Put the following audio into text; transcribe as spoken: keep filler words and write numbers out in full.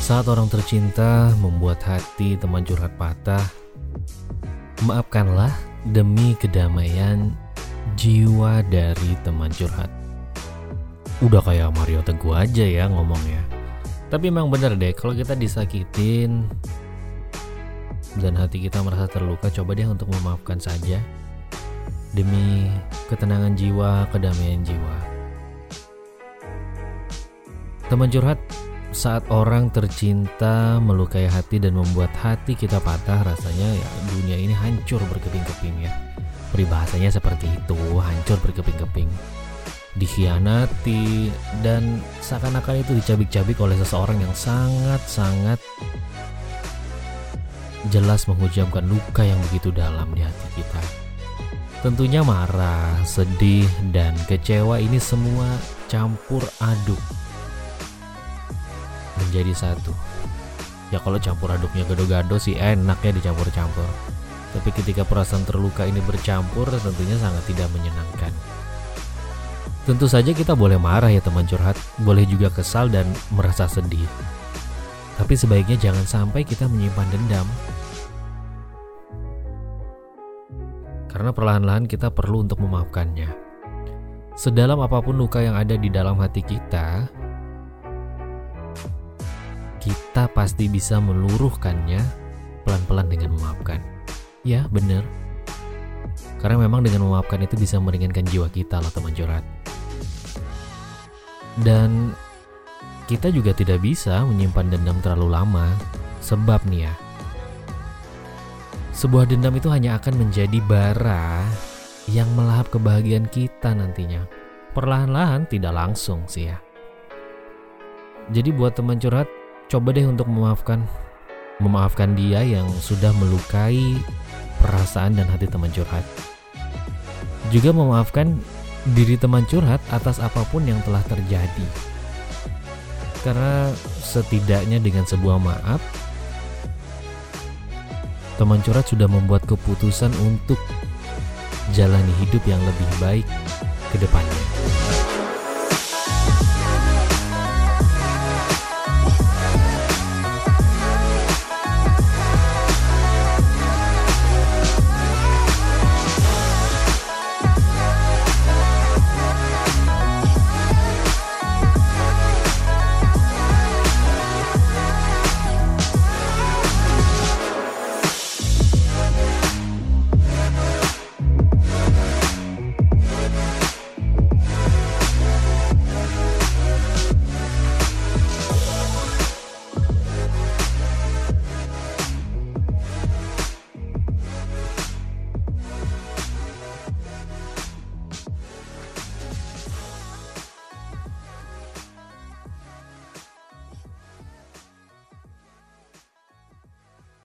Saat orang tercinta membuat hati teman curhat patah, maafkanlah demi kedamaian jiwa dari teman curhat. Udah kayak Mario Teguh aja ya ngomongnya. Tapi emang bener deh, kalau kita disakitin dan hati kita merasa terluka, coba deh untuk memaafkan saja demi ketenangan jiwa, kedamaian jiwa. Teman curhat, saat orang tercinta melukai hati dan membuat hati kita patah, rasanya ya dunia ini hancur berkeping-keping ya. Peribahasanya seperti itu, hancur berkeping-keping. Dikhianati dan seakan-akan itu dicabik-cabik oleh seseorang yang sangat-sangat jelas menghujamkan luka yang begitu dalam di hati kita. Tentunya marah, sedih, dan kecewa ini semua campur aduk menjadi satu. Ya kalau campur aduknya gado-gado sih enaknya dicampur-campur. Tapi ketika perasaan terluka ini bercampur, tentunya sangat tidak menyenangkan. Tentu saja kita boleh marah ya teman curhat, boleh juga kesal dan merasa sedih. Tapi sebaiknya jangan sampai kita menyimpan dendam. Karena perlahan-lahan kita perlu untuk memaafkannya. Sedalam apapun luka yang ada di dalam hati kita, kita pasti bisa meluruhkannya pelan-pelan dengan memaafkan. Ya, benar. Karena memang dengan memaafkan itu bisa meringankan jiwa kita loh teman curhat. Dan kita juga tidak bisa menyimpan dendam terlalu lama. Sebab nih ya, sebuah dendam itu hanya akan menjadi bara yang melahap kebahagiaan kita nantinya. Perlahan-lahan, tidak langsung sih ya. Jadi buat teman curhat, coba deh untuk memaafkan Memaafkan dia yang sudah melukai perasaan dan hati teman curhat. Juga memaafkan diri teman curhat atas apapun yang telah terjadi. Karena setidaknya dengan sebuah maaf, teman curhat sudah membuat keputusan untuk jalani hidup yang lebih baik ke depannya.